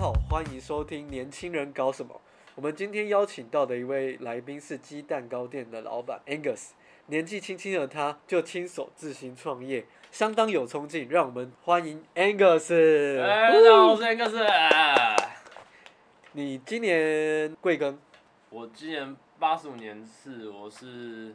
好，欢迎收听《年轻人搞什么》。我们今天邀请到的一位来宾是鸡蛋糕店的老板 Angus， 年纪轻轻的他就亲手自行创业，相当有冲劲。让我们欢迎 Angus。 大家好，我是 Angus。 你今年贵庚？ 我今年85年次，我是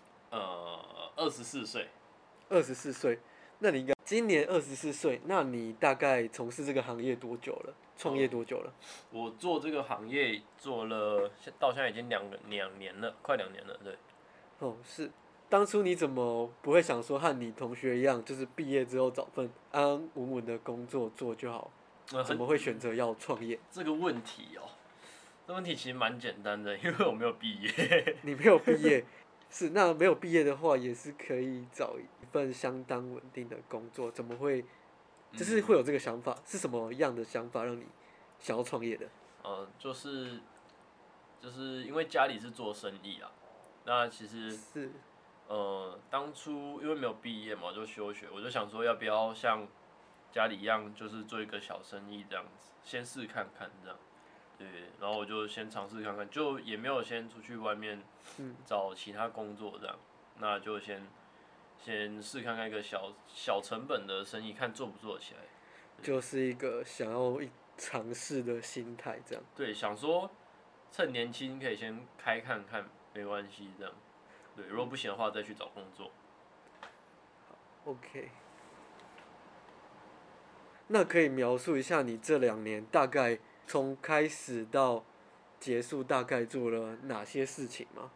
24岁。 24岁。那你应该今年24岁，那你大概从事这个行业多久了？创业多久了？ 我做这个行业做了到现在已经两年了，快2年了，对。 哦，是。当初你怎么不会想说和你同学一样，就是毕业之后找份安安稳稳的工作做就好？怎么会选择要创业？ 这个问题哦，这问题其实蛮简单的，因为我没有毕业。 你没有毕业，是那没有毕业的话，也是可以找一份相当稳定的工作。怎么会，就是会有这个想法？是什么样的想法让你想要创业的？ 就是因为家里是做生意啊，那其实是当初因为没有毕业嘛，就休学，我就想说要不要像家里一样，就是做一个小生意这样子，先试看看这样。对，然后我就先尝试看看，就也没有先出去外面找其他工作这样，那就先试看看一个小成本的生意，看做不做得起来。 就是一个想要尝试的心态，这样。 对，想说趁年轻可以先开看看，没关系这样。对，如果不行的话再去找工作。 OK。那可以描述一下你这2年大概从开始到结束大概做了哪些事情吗？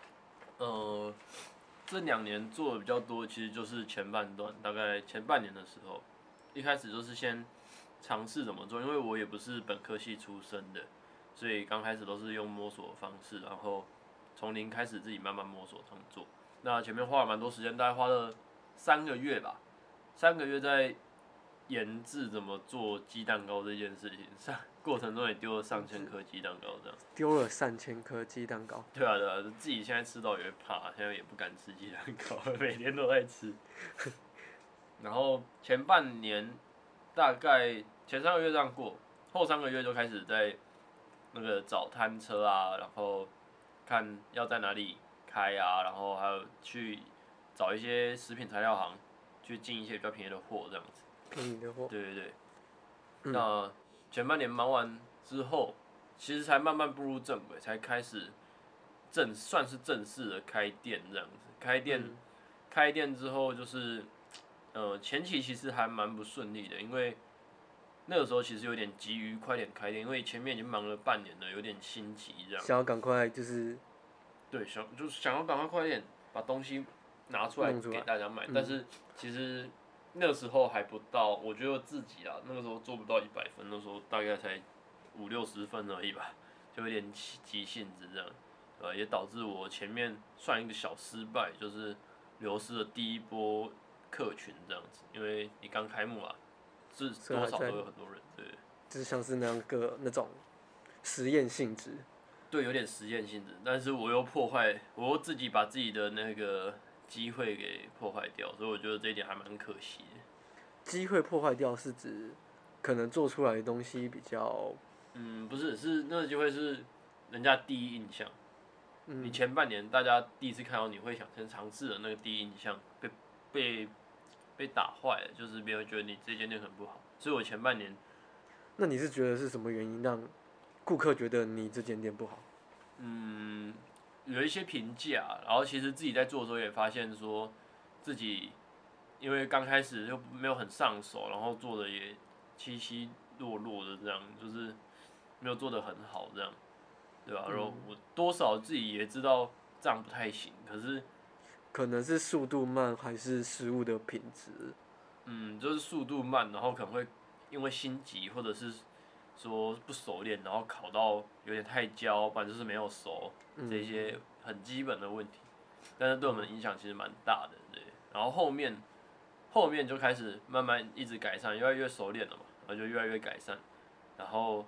这2年做的比较多，其实就是前半段，大概前半年的时候，一开始就是先尝试怎么做，因为我也不是本科系出身的，所以刚开始都是用摸索的方式，然后从零开始自己慢慢摸索这么做。那前面花了蛮多时间，大概花了3个月吧，3个月在研制怎么做鸡蛋糕这件事情上，过程中也丢了上千颗鸡蛋糕这样。 丢了3000颗鸡蛋糕。 对啊，自己现在吃到也会怕，现在也不敢吃鸡蛋糕，每天都在吃。然后前半年大概前3个月这样过，后3个月就开始在那个找摊车啊，然后看要在哪里开啊，然后还有去找一些食品材料行去进一些比较便宜的货这样子。 便宜的货。 对对对。那前半年忙完之后，其实才慢慢步入正轨，才开始算是正式的开店这样子。开店之后就是前期其实还蛮不顺利的，因为那个时候其实有点急于快点开店，因为前面已经忙了半年了，有点心急这样。 想要赶快就是对，就是想要赶快点把东西拿出来给大家卖，但是其实那个时候还不到，我觉得自己那个时候做不到100分，那时候大概才50-60分而已吧，就有点急性子这样，也导致我前面算一个小失败，就是流失了第一波客群这样子，因为你刚开幕是多少都有很多人，对。 就是像是那种实验性质。 对，有点实验性质，但是我又自己把自己的那个机会给破坏掉，所以我觉得这一点还蛮可惜的。 机会破坏掉是指可能做出来的东西比较…… 不是，是那个机会是人家第一印象。你前半年大家第一次看到你会想先尝试的那个第一印象被打坏了，就是别人会觉得你这间店很不好。所以我前半年， 那你是觉得是什么原因让顾客觉得你这间店不好？ 有一些评价，然后其实自己在做的时候也发现说，自己因为刚开始又没有很上手，然后做的也起落落的这样，就是没有做得很好这样，对吧？然后我多少自己也知道这样不太行， 可能是速度慢还是食物的品质？ 就是速度慢，然后可能会因为心急或者是说不熟练，然后烤到有点太焦，不然就是没有熟，这些很基本的问题，但是对我们的影响其实蛮大的，对。然后后面就开始慢慢一直改善，越来越熟练了嘛，然后就越来越改善，然后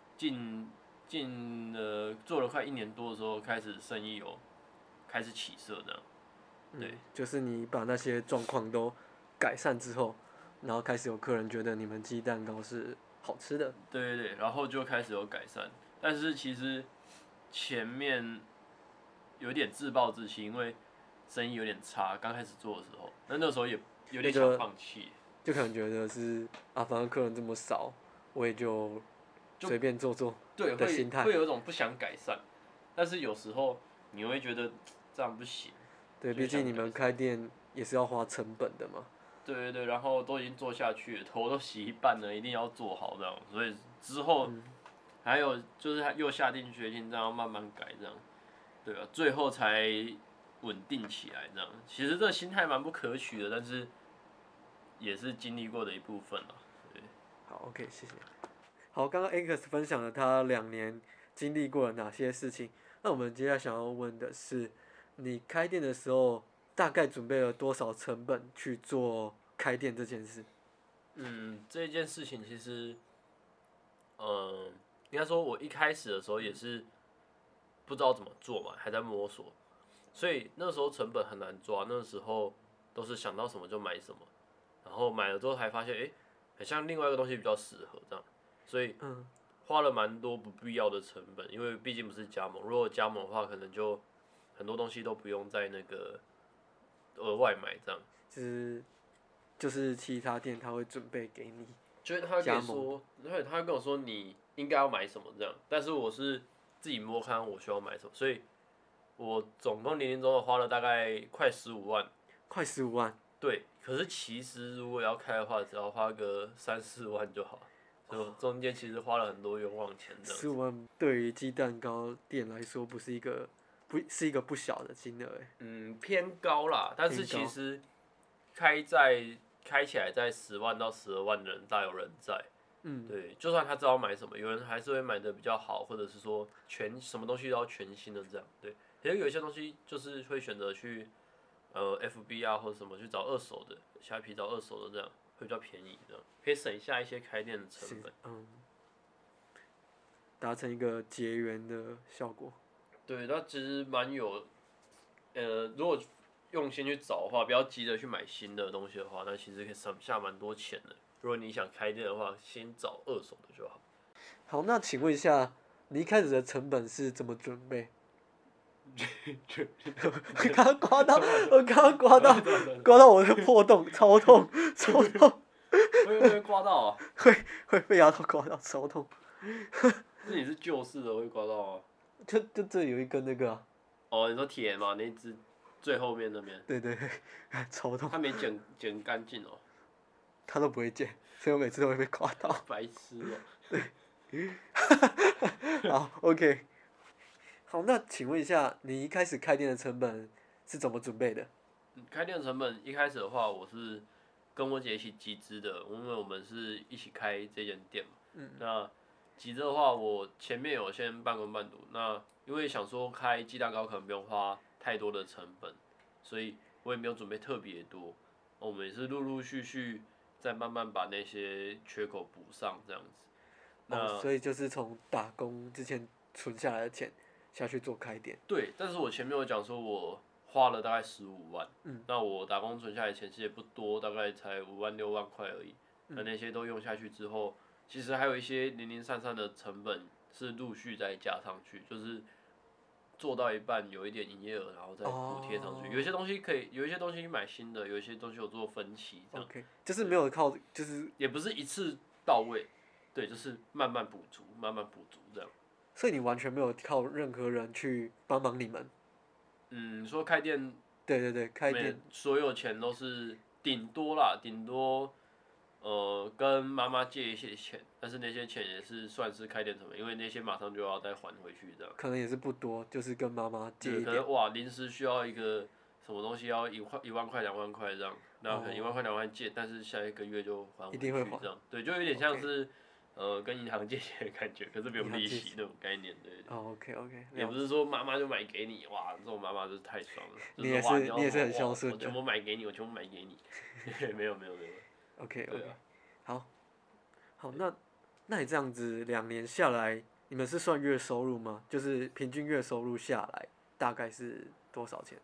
做了快1年多的时候，开始生意有开始起色这样，对。 就是你把那些状况都改善之后，然后开始有客人觉得你们鸡蛋糕是好吃的。 对对对，然后就开始有改善，但是其实前面有点自暴自弃，因为生意有点差，刚开始做的时候，那时候也有点想放弃， 就可能觉得是啊，反正客人这么少，我也就随便做做对， 的心态。 会有一种不想改善，但是有时候你会觉得这样不行。 对，毕竟你们开店也是要花成本的嘛。 对对对，然后都已经做下去了，头都洗一半了，一定要做好这样，所以之后还有就是又下定决心这样慢慢改这样，对啊，最后才稳定起来这样。其实这个心态蛮不可取的，但是也是经历过的一部分了。对， 好 ，OK， 谢谢。好，刚刚 Angus 分享了他2年经历过了哪些事情，那我们接下来想要问的是，你开店的时候大概准备了多少成本去做开店这件事？ 这件事情其实，应该说我一开始的时候也是不知道怎么做嘛，还在摸索，所以那时候成本很难抓，那时候都是想到什么就买什么，然后买了之后还发现，很像另外一个东西比较适合这样，所以花了蛮多不必要的成本，因为毕竟不是加盟，如果加盟的话，可能就很多东西都不用在那个额外买这样。 就是其他店他会准备给你， 就是他会跟你说，对，他会跟我说你应该要买什么这样，但是我是自己摸看我需要买什么，所以我总共零零总总花了大概快15万。 快15万。 对，可是其实如果要开的话，只要花个3-4万就好，所以我中间其实花了很多冤枉钱这样。 15万对于鸡蛋糕店来说不是一个不小的金额偏高啦，但是其实开起来在10万到12万的人大有人在。对，就算他知道买什么，有人还是会买的比较好，或者是说什么东西都要全新的这样。对，其实有一些东西就是会选择去FB 啊或者什么去找二手的，虾皮找二手的这样会比较便宜，这样可以省下一些开店的成本。 达成一个结缘的效果。 对，那其实蛮有，如果用心去找的话，不要急着去买新的东西的话，那其实可以省下蛮多钱的。如果你想开店的话，先找二手的就好。 好，那请问一下，你一开始的成本是怎么准备？我刚刚刮到我的破洞，超痛，超痛。 会刮到啊？ 会被牙套刮到，超痛。 是你是旧式的会刮到啊？ 就这有一根那个你说铁嘛，那一只最后面那边。 对，超痛。 他没剪干净哦。 他都不会剪，所以我每次都会被刮到。 白痴哦。 对。好 ，OK。好，那请问一下，你一开始开店的成本是怎么准备的？ 开店的成本一开始的话，我是跟我姐一起集资的，因为我们是一起开这间店嘛。那集资的话，我前面有先半工半读，那因为想说开鸡蛋糕可能不用花太多的成本，所以我也没有准备特别多。我们也是陆陆续续再慢慢把那些缺口补上，这样子。 所以就是从打工之前存下来的钱下去做开店。 对，但是我前面有讲说，我花了大概15万。那我打工存下来的钱其实也不多，大概才5万6万块而已。那些都用下去之后，其实还有一些零零散散的成本是陆续再加上去，就是做到一半有一点营业额，然后再补贴上去。有一些东西可以，有一些东西买新的，有一些东西有做分期这样。 OK， 就是没有靠，就是也不是一次到位，对，就是慢慢补足，慢慢补足这样。 所以你完全没有靠任何人去帮忙你们。 你说开店？ 对，开店所有钱都是顶多跟妈妈借一些钱，但是那些钱也是算是开店成本，因为那些马上就要再还回去这样。 可能也是不多，就是跟妈妈借一点。 可能哇，临时需要一个什么东西要1万块2万块这样，那可能1万块2万块借，但是下一个月就还回去这样。对，就有点像是跟银行借钱的感觉，可是不用利息那种概念，对。 OK。 也不是说妈妈就买给你，哇，这种妈妈就是太爽了。 你也是很孝顺的。 我全部买给你，没有。 OK。好，那你这样子2年下来，你们是算月收入吗？就是平均月收入下来大概是多少钱？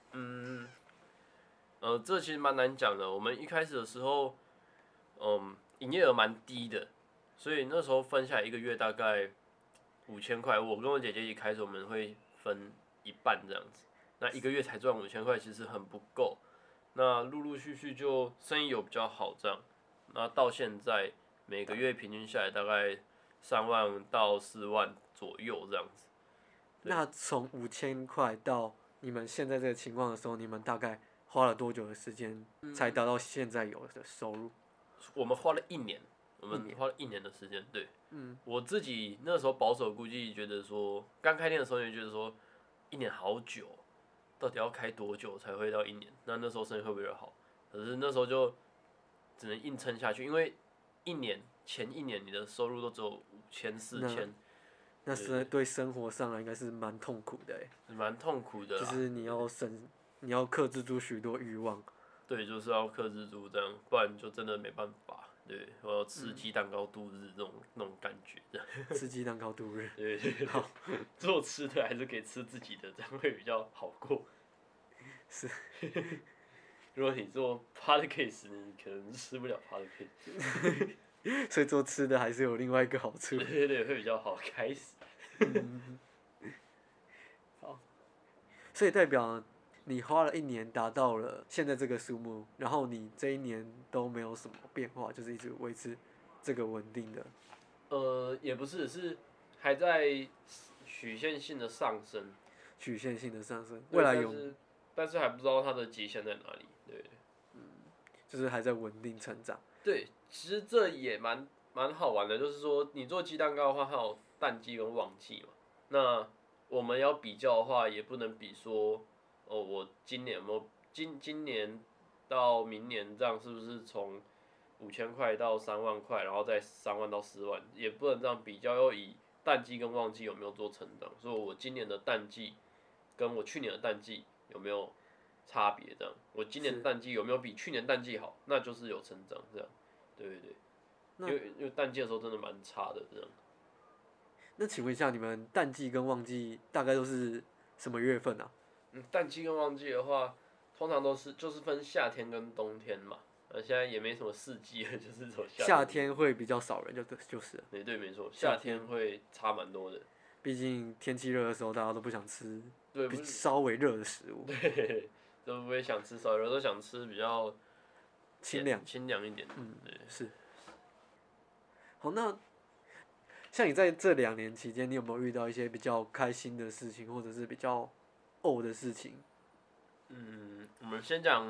这其实蛮难讲的。我们一开始的时候，营业额蛮低的， 所以那时候分下来一个月大概5000块，我跟我姐姐一开始我们会分一半这样子，那一个月才赚5000块，其实很不够。那陆陆续续就生意有比较好这样，那到现在每个月平均下来大概3万到4万左右这样子。 那从5000块到你们现在这个情况的时候，你们大概花了多久的时间才达到现在有的收入？ 我们花了1年，我们花了1年的时间。对，我自己那时候保守估计觉得说，刚开店的时候就觉得说1年好久，到底要开多久才会到1年？那时候生意会不会好？可是那时候就只能硬撑下去，因为前一年你的收入都只有5000、4000。 那是对生活上来应该是蛮痛苦的蛮痛苦的啦。 就是你要克制住许多欲望。 对，就是要克制住这样，不然就真的没办法。对，我要吃鸡蛋糕度日那种感觉的。 吃鸡蛋糕度日。 对，好，做吃的还是可以吃自己的，这样会比较好过。 是。 如果你做 podcast， 你可能吃不了 podcast。 所以做吃的还是有另外一个好处。 对，会比较好开始。 好，所以代表你花了1年达到了现在这个数目，然后你这1年都没有什么变化，就是一直维持这个稳定的。 也不是，是还在曲线性的上升。 曲线性的上升，未来有， 但是还不知道它的极限在哪里。对， 就是还在稳定成长。 对，其实这也蛮好玩的，就是说你做鸡蛋糕的话，它有淡季跟旺季嘛。那我们要比较的话，也不能比说，我今年有没有今年到明年这样是不是从5000块到3万块，然后再3万到4万，也不能这样比较，要以淡季跟旺季有没有做成长。所以我今年的淡季跟我去年的淡季有没有差别？这样，我今年淡季有没有比去年淡季好？那就是有成长这样。对，因为淡季的时候真的蛮差的这样。 那请问一下，你们淡季跟旺季大概都是什么月份啊？ 淡季跟旺季的话，通常就是分夏天跟冬天嘛。现在也没什么四季了，就是走夏天会比较少人，就是了。 对，没错，夏天会差蛮多的。 毕竟天气热的时候，大家都不想吃比稍微热的食物。 对，都不会想吃烧肉，都想吃比较清凉一点。对， 是。好，那像你在这2年期间，你有没有遇到一些比较开心的事情，或者是比较的事情？ 我们先讲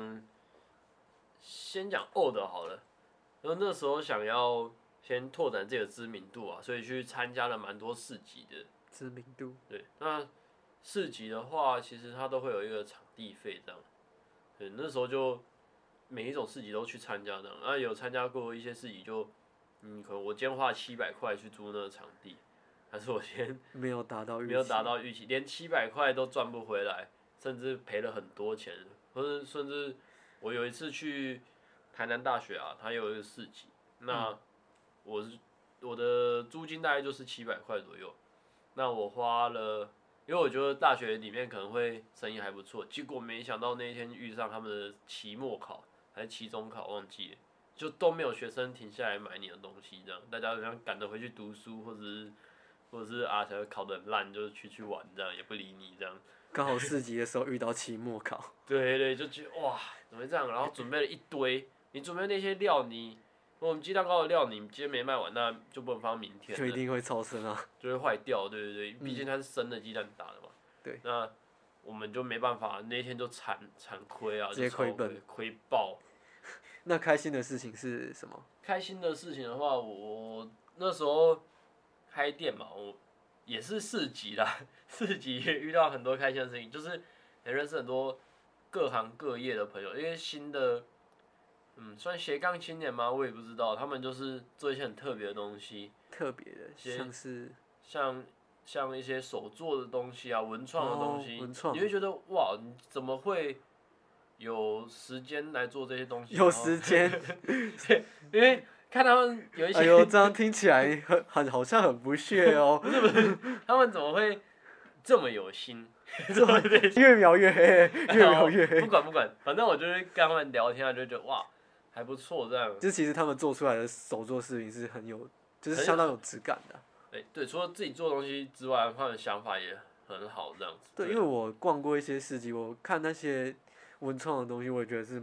的好了。然后那时候想要先拓展自己的知名度啊，所以去参加了蛮多市集的。 知名度。 对，那市集的话，其实它都会有一个场地费这样。对，那时候就每一种市集都去参加这样。有参加过一些市集就，可能我今天花700块去租那个场地，但是我先没有达到预期，连700块都赚不回来，甚至赔了很多钱，甚至我有一次去台南大学啊，它有一个市集，那我的租金大概就是700块左右，那我花了，因为我觉得大学里面可能会生意还不错，结果没想到那一天遇上他们的期末考还是期中考忘记了，就都没有学生停下来买你的东西，这样大家好像赶着回去读书，或者是才会考得很烂，就是去玩这样，也不理你这样。 刚好市集的时候遇到期末考。 对，就觉得哇，怎么会这样？然后准备了一堆，你准备那些料，我们鸡蛋糕的料，你今天没卖完，那就不能放到明天了， 就一定会超生啊， 就会坏掉。对，毕竟它是生的鸡蛋打的嘛。 对。 那我们就没办法，那天就惨亏啊， 直接亏本， 亏爆。 那开心的事情是什么？ 开心的事情的话，我那时候开店嘛，我也是市集啦，市集也遇到很多开心的事情，就是也认识很多各行各业的朋友，因为新的，算斜杠青年吗？我也不知道，他们就是做一些很特别的东西， 特别的， 像一些手做的东西啊，文创的东西， 你会觉得哇，你怎么会有时间来做这些东西？ 有时间， 对，因为看他们有一些， 哎呦，这样听起来好像很不屑哦。 不是，他们怎么会这么有心？ 越描越黑，越描越黑。 不管，反正我就是跟他们聊天，就觉得哇，还不错这样。 就其实他们做出来的手作视频是很有就是相当有质感的。 对，除了自己做东西之外，他们的想法也很好，这样子。 对，因为我逛过一些市集，我看那些文创的东西，我也觉得是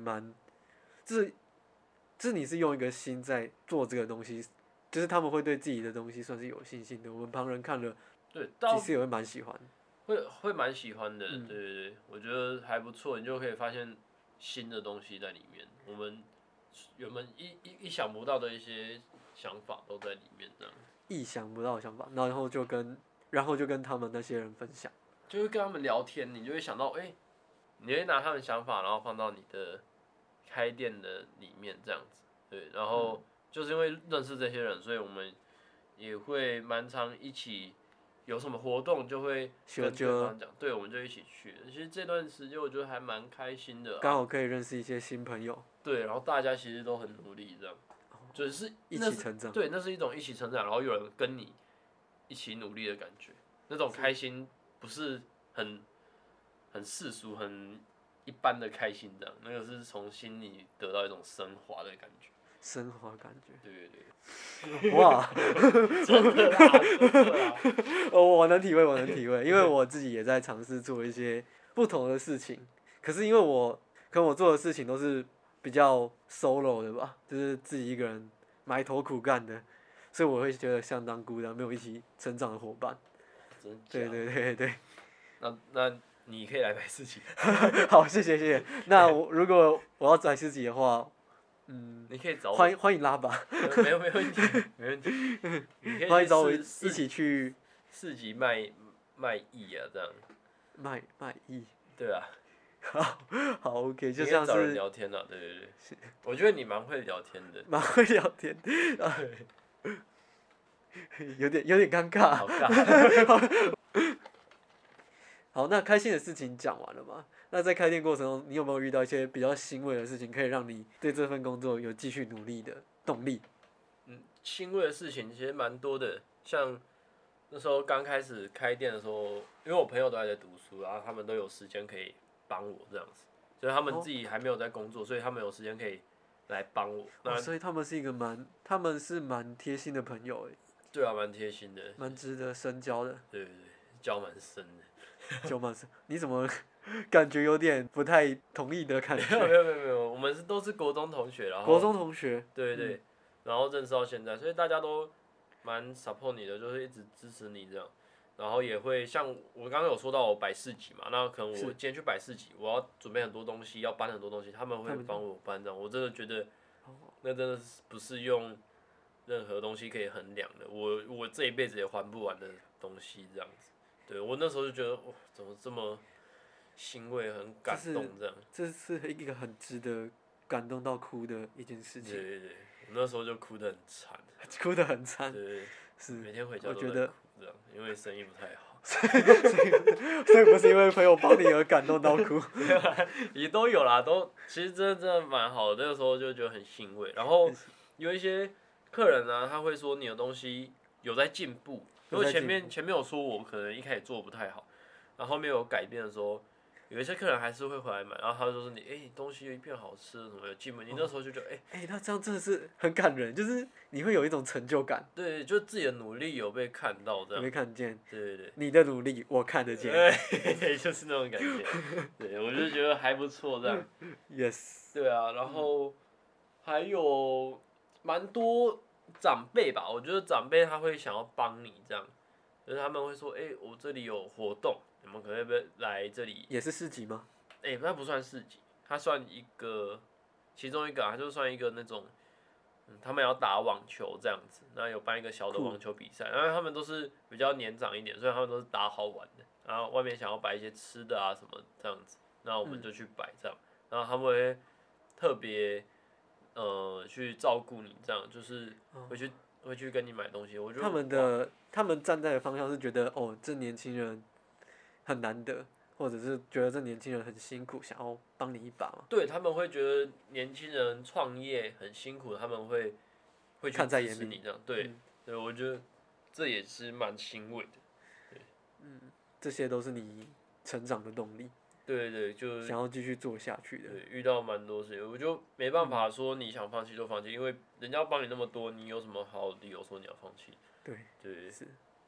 就是你是用一个心在做这个东西，就是他们会对自己的东西算是有信心的。我们旁人看了， 对， 其实也会蛮喜欢。 会蛮喜欢的，对对对，我觉得还不错，你就可以发现新的东西在里面。我们原本意想不到的一些想法都在里面，这样。 意想不到的想法，然后就跟他们那些人分享， 就会跟他们聊天，你就会想到，你会拿他们想法，然后放到你的开店的里面这样子，对，然后就是因为认识这些人，所以我们也会蛮常一起有什么活动就会跟对方讲，对，我们就一起去。其实这段时间我觉得还蛮开心的， 刚好可以认识一些新朋友。 对，然后大家其实都很努力，这样，就是一起成长。 对，那是一种一起成长，然后有人跟你一起努力的感觉，那种开心不是很世俗、很一般的开心，这样，那个是从心里得到一种升华的感觉。 升华感觉。 对对对。 哇， 真的啦，真的啦。 我能体会，因为我自己也在尝试做一些不同的事情，可是因为我做的事情都是比较 solo 的吧，就是自己一个人埋头苦干的，所以我会觉得相当孤单，没有一起成长的伙伴。对对对对。 那你可以来摆市集。 好，谢谢。那如果我要摆市集的话， 你可以找我。 欢迎拉吧。 没问题，没问题。你可以欢迎找我一起去市集卖艺啊，这样。 卖艺。 对啊。 好 ，OK， 就像是找人聊天啊，对对对。我觉得你蛮会聊天的。 蛮会聊天。有点尴尬。 好尬。 好，那开心的事情讲完了嘛？那在开店过程中，你有没有遇到一些比较欣慰的事情，可以让你对这份工作有继续努力的动力？ 欣慰的事情其实蛮多的，像那时候刚开始开店的时候，因为我朋友都还在读书，然后他们都有时间可以帮我这样子，所以他们自己还没有在工作，所以他们有时间可以来帮我。 所以他们是蛮贴心的朋友哎。 对啊，蛮贴心的， 蛮值得深交的。 对，交蛮深的。 交蛮深，你怎么感觉有点不太同意的感觉？ 没有，我们都是国中同学，然后国中同学， 对，然后认识到现在，所以大家都蛮 support 你的，就是一直支持你这样，然后也会像我刚刚有说到我摆市集嘛，那可能我今天去摆市集，我要准备很多东西，要搬很多东西，他们会帮我搬这样，我真的觉得那真的不是用任何东西可以衡量的，我这一辈子也还不完的东西这样子。对，我那时候就觉得，怎么这么欣慰，很感动这样。 这是一个很值得感动到哭的一件事情。 对，我那时候就哭得很惨。 哭得很惨。 对，是每天回家都在哭这样，因为生意不太好。 所以不是因为朋友帮你而感动到哭。 也都有啦，其实真的蛮好的，那个时候就觉得很欣慰。然后有一些客人啊，他会说你的东西有在进步。因为前面有说我可能一开始做不太好，然后后面有改变的时候，有一些客人还是会回来买，然后他就说你东西变好吃了什么有进步，你那时候就觉得那这样真的是很感人，就是你会有一种成就感。 对，就自己的努力有被看到这样。 被看见。 对。 你的努力我看得见。 对，就是那种感觉。对，我就觉得还不错这样。 Yes。 对啊，然后还有蛮多长辈吧，我觉得长辈他会想要帮你这样，就是他们会说，我这里有活动，你们可不可以来这里？ 也是市集吗？ 那不算市集，它算其中一个它就算一个那种，他们要打网球这样子，那有办一个小的网球比赛，然后他们都是比较年长一点，所以他们都是打好玩的，然后外面想要摆一些吃的啊什么这样子，那我们就去摆这样，然后他们会特别去照顾你，这样就是会去跟你买东西。我觉得他们站在的方向是觉得这年轻人很难得，或者是觉得这年轻人很辛苦，想要帮你一把嘛。 对，他们会觉得年轻人创业很辛苦，他们会去支持你这样。对，我觉得这也是蛮欣慰的。对， 这些都是你成长的动力。 对对，就想要继续做下去的。 对，遇到蛮多事情，我就没办法说你想放弃就放弃，因为人家帮你那么多，你有什么好理由说你要放弃？ 对， 对， 是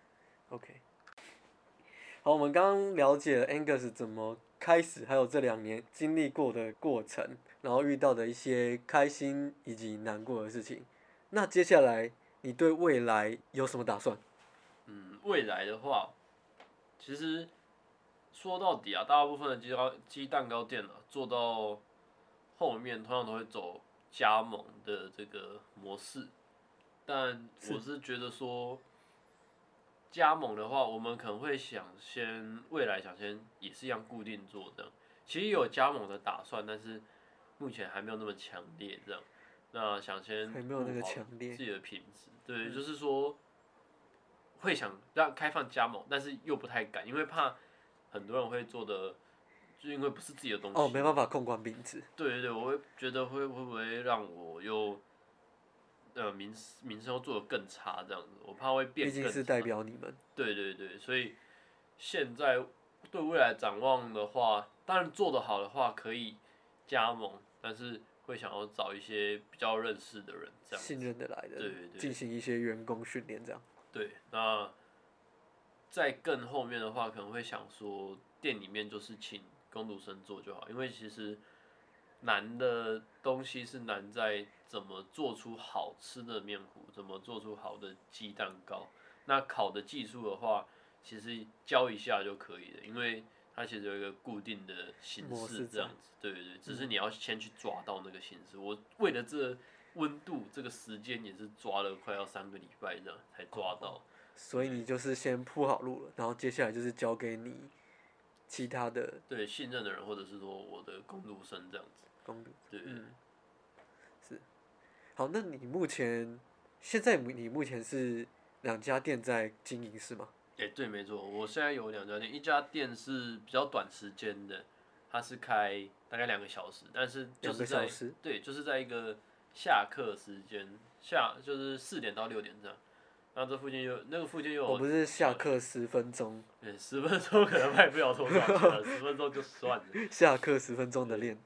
OK。好，我们刚刚了解了 Angus 怎么开始，还有这2年经历过的过程，然后遇到的一些开心以及难过的事情。那接下来你对未来有什么打算？ 未来的话，其实说到底啊，大部分的鸡蛋糕店啊，做到后面通常都会走加盟的这个模式，但我是觉得说。加盟的话，我们可能会未来想先也是一样固定做这样。其实有加盟的打算，但是目前还没有那么强烈这样。那想先还没有那个顾好强烈自己的品质，对，就是说会想让开放加盟，但是又不太敢，因为怕很多人会做的，就因为不是自己的东西。 哦，没办法控管品质。 对对对，我会觉得会不会让我又名声又做得更差这样子，我怕会变更差。 毕竟是代表你们。 对对对，所以现在对未来展望的话，当然做得好的话可以加盟，但是会想要找一些比较认识的人，这样信任的来的， 对对对， 进行一些员工训练这样。 对，那在更后面的话，可能会想说店里面就是请工读生做就好，因为其实难的东西是难在怎么做出好吃的面糊，怎么做出好的鸡蛋糕。那烤的技术的话，其实教一下就可以了，因为它其实有一个固定的形式这样子，对对对，只是你要先去抓到那个形式。我为了这温度、这个时间，也是抓了快要3个礼拜这样才抓到。 所以你就是先铺好路了，然后接下来就是交给你其他的对信任的人，或者是说我的工读生这样子。 工读。 对， 是。好，那现在你目前是2家店在经营是吗？ 对，没错，我现在有2家店，一家店是比较短时间的，它是开大概2个小时，但是就是 2个小时。 对，就是在一个下课时间，就是4点到6点这样。然后那个附近又有。 我不是下课10分钟。 对，10分钟可能卖不了多少钱了，10分钟就算了。 下课10分钟的练。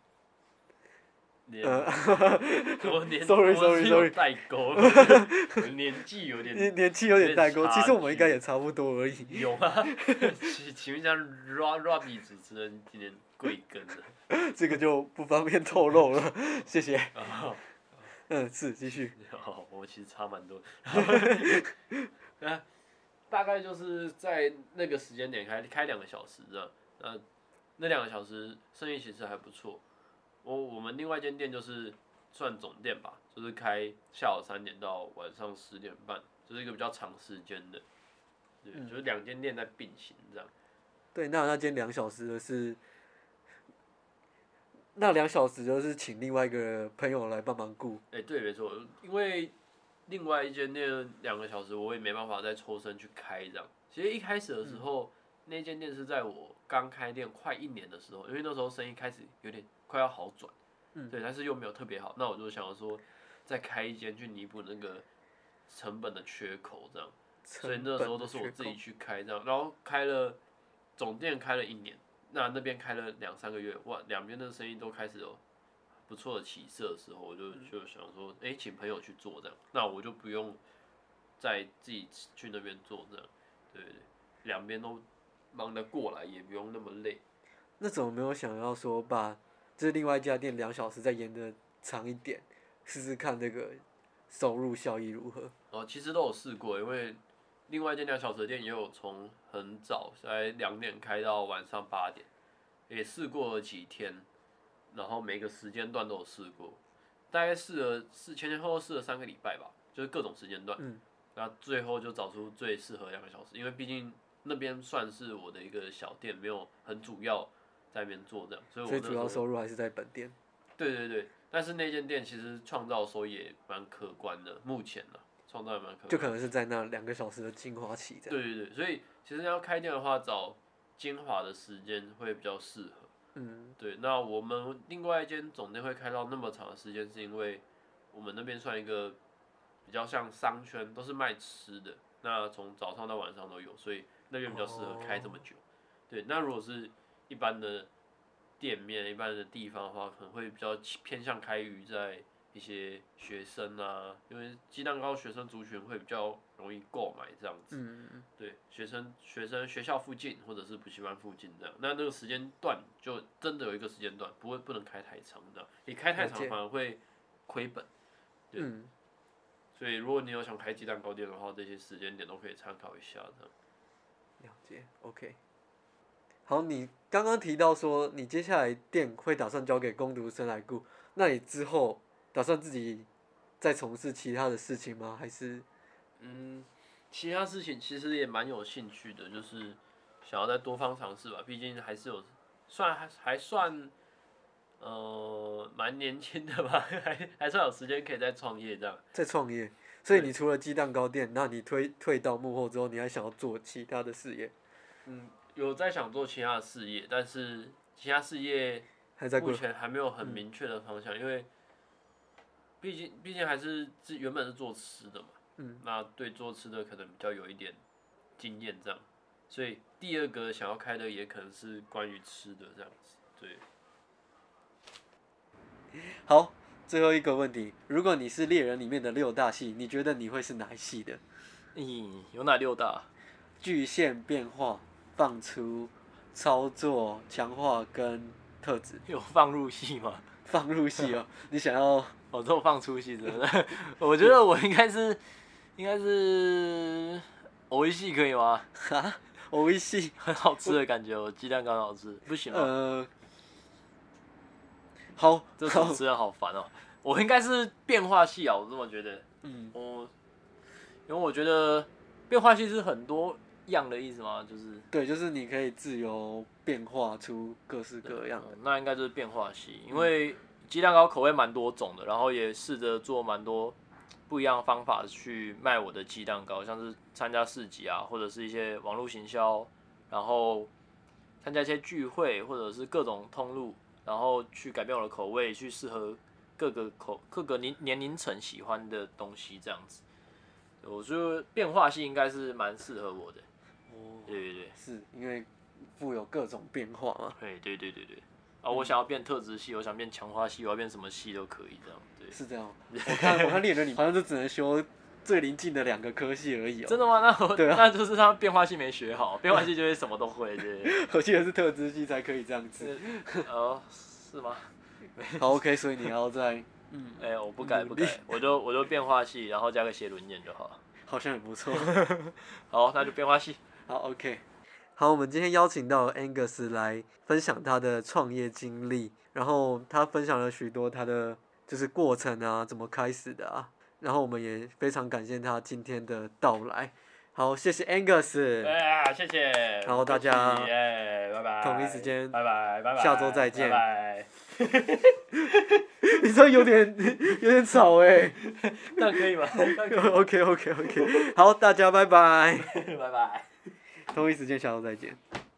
我年 sorry 我是有代沟，我年纪有点。 年纪有点代沟，其实我们应该也也差不多而已。 有吗？请问一下，Robbie 主持人今年贵庚了？ 这个就不方便透露了，谢谢。 哦是继续。 我其实差蛮多。大概就是在那个时间点开2个小时这样，那2个小时生意其实还不错。我们另外一间店就是算总店吧，就是开下午3点到晚上10点半，就是一个比较长时间的。对，就是2间店在并行这样。 对，那间2小时的是，那2小时就是请另外一个朋友来帮忙顾。 对，没错，因为另外一间店2个小时，我也没办法再抽身去开这样。其实一开始的时候，那间店是在我刚开店快1年的时候，因为那时候生意开始有点快要好转，对，但是又没有特别好，那我就想要说再开一间去弥补那个成本的缺口这样。所以那时候都是我自己去开这样，然后总店开了1年，那边开了2、3个月，哇，两边的生意都开始有不错的起色的时候，我就想说，请朋友去做这样，那我就不用再自己去那边做这样，对对对，两边都忙得过来，也不用那么累。 那怎么没有想要说把这另外一家店2小时再延得长一点，试试看这个收入效益如何？ 其实都有试过，因为另外一间2小时的店也有从很早在2点开到晚上8点，也试过了几天，然后每个时间段都有试过，大概前后后试了3个礼拜吧，就是各种时间段，然后最后就找出最适合2个小时，因为毕竟那边算是我的一个小店，没有很主要在那边做这样，所以主要收入还是在本店。 对对对，但是那间店其实创造收益也蛮可观的，目前呢。创造也蛮可观， 就可能是在那2个小时的精华期这样。 对对对，所以其实要开店的话，找精华的时间会比较适合。对。那我们另外一间总店会开到那么长的时间，是因为我们那边算一个比较像商圈，都是卖吃的，那从早上到晚上都有，所以那边比较适合开这么久。对。那如果是一般的店面、一般的地方的话，可能会比较偏向开于在一些学生啊，因为鸡蛋糕学生族群会比较容易购买这样子。对，学生学校附近或者是补习班附近这样，那个时间段就真的有一个时间段，不能开太长的，你开太长反而会亏本。对。所以如果你有想开鸡蛋糕店的话，这些时间点都可以参考一下的。 了解 ，OK。好，你刚刚提到说你接下来店会打算交给工读生来顾，那你之后打算自己再从事其他的事情吗？还是？ 其他事情其实也蛮有兴趣的，就是想要再多方尝试吧。毕竟还是有还算蛮年轻的吧，还算有时间可以再创业这样。 再创业，所以你除了鸡蛋糕店，那你退到幕后之后，你还想要做其他的事业？ 有在想做其他的事业，但是其他事业目前还没有很明确的方向，因为毕竟还是原本是做吃的嘛。那对做吃的可能比较有一点经验这样，所以第二个想要开的也可能是关于吃的这样子，对。 好，最后一个问题，如果你是猎人里面的6大系，你觉得你会是哪一系的？ 有哪6大？ 具现、变化、放出、操作、强化跟特质。 有放入系吗？ 放入系哦，你想要？ 我做放出系真的，我觉得我应该是偶一系可以吗？ 哈，偶一系很好吃的感觉，我鸡蛋糕很好吃，不行吗？ 好， 这主持人好烦哦。我应该是变化系啊，我这么觉得。因为我觉得变化系是很多样的意思吗？ 对，就是你可以自由变化出各式各样的。 那应该就是变化系，因为鸡蛋糕口味蛮多种的，然后也试着做蛮多不一样的方法去卖我的鸡蛋糕，像是参加市集啊，或者是一些网络行销，然后参加一些聚会，或者是各种通路，然后去改变我的口味，去适合各个年龄层喜欢的东西，这样子。我觉得变化系应该是蛮适合我的。对， 是因为富有各种变化嘛。 对。我想要变特质系，我想变强化系，我要变什么系都可以这样。对， 是这样。我看猎人你好像就只能修最临近的2个科系而已哦。 真的吗？那就是他变化系没学好，变化系就会什么都会。对。 我记得是特质系才可以这样子。 是吗？ 好 ，OK， 所以你要在我不改，我就变化系，然后加个写轮眼就好。 好像也不错。 好，那就变化系。 好 ，OK。好，我们今天邀请到 Angus 来分享他的创业经历，然后他分享了许多他的就是过程啊，怎么开始的啊，然后我们也非常感谢他今天的到来。好，谢谢 Angus。 谢谢。 然后大家拜拜。 同一时间， 拜拜， 下周再见。 拜拜。 你这有点吵哎。 那可以吗 ？OK。好，大家拜拜。 拜拜。 同一时间，下周再见。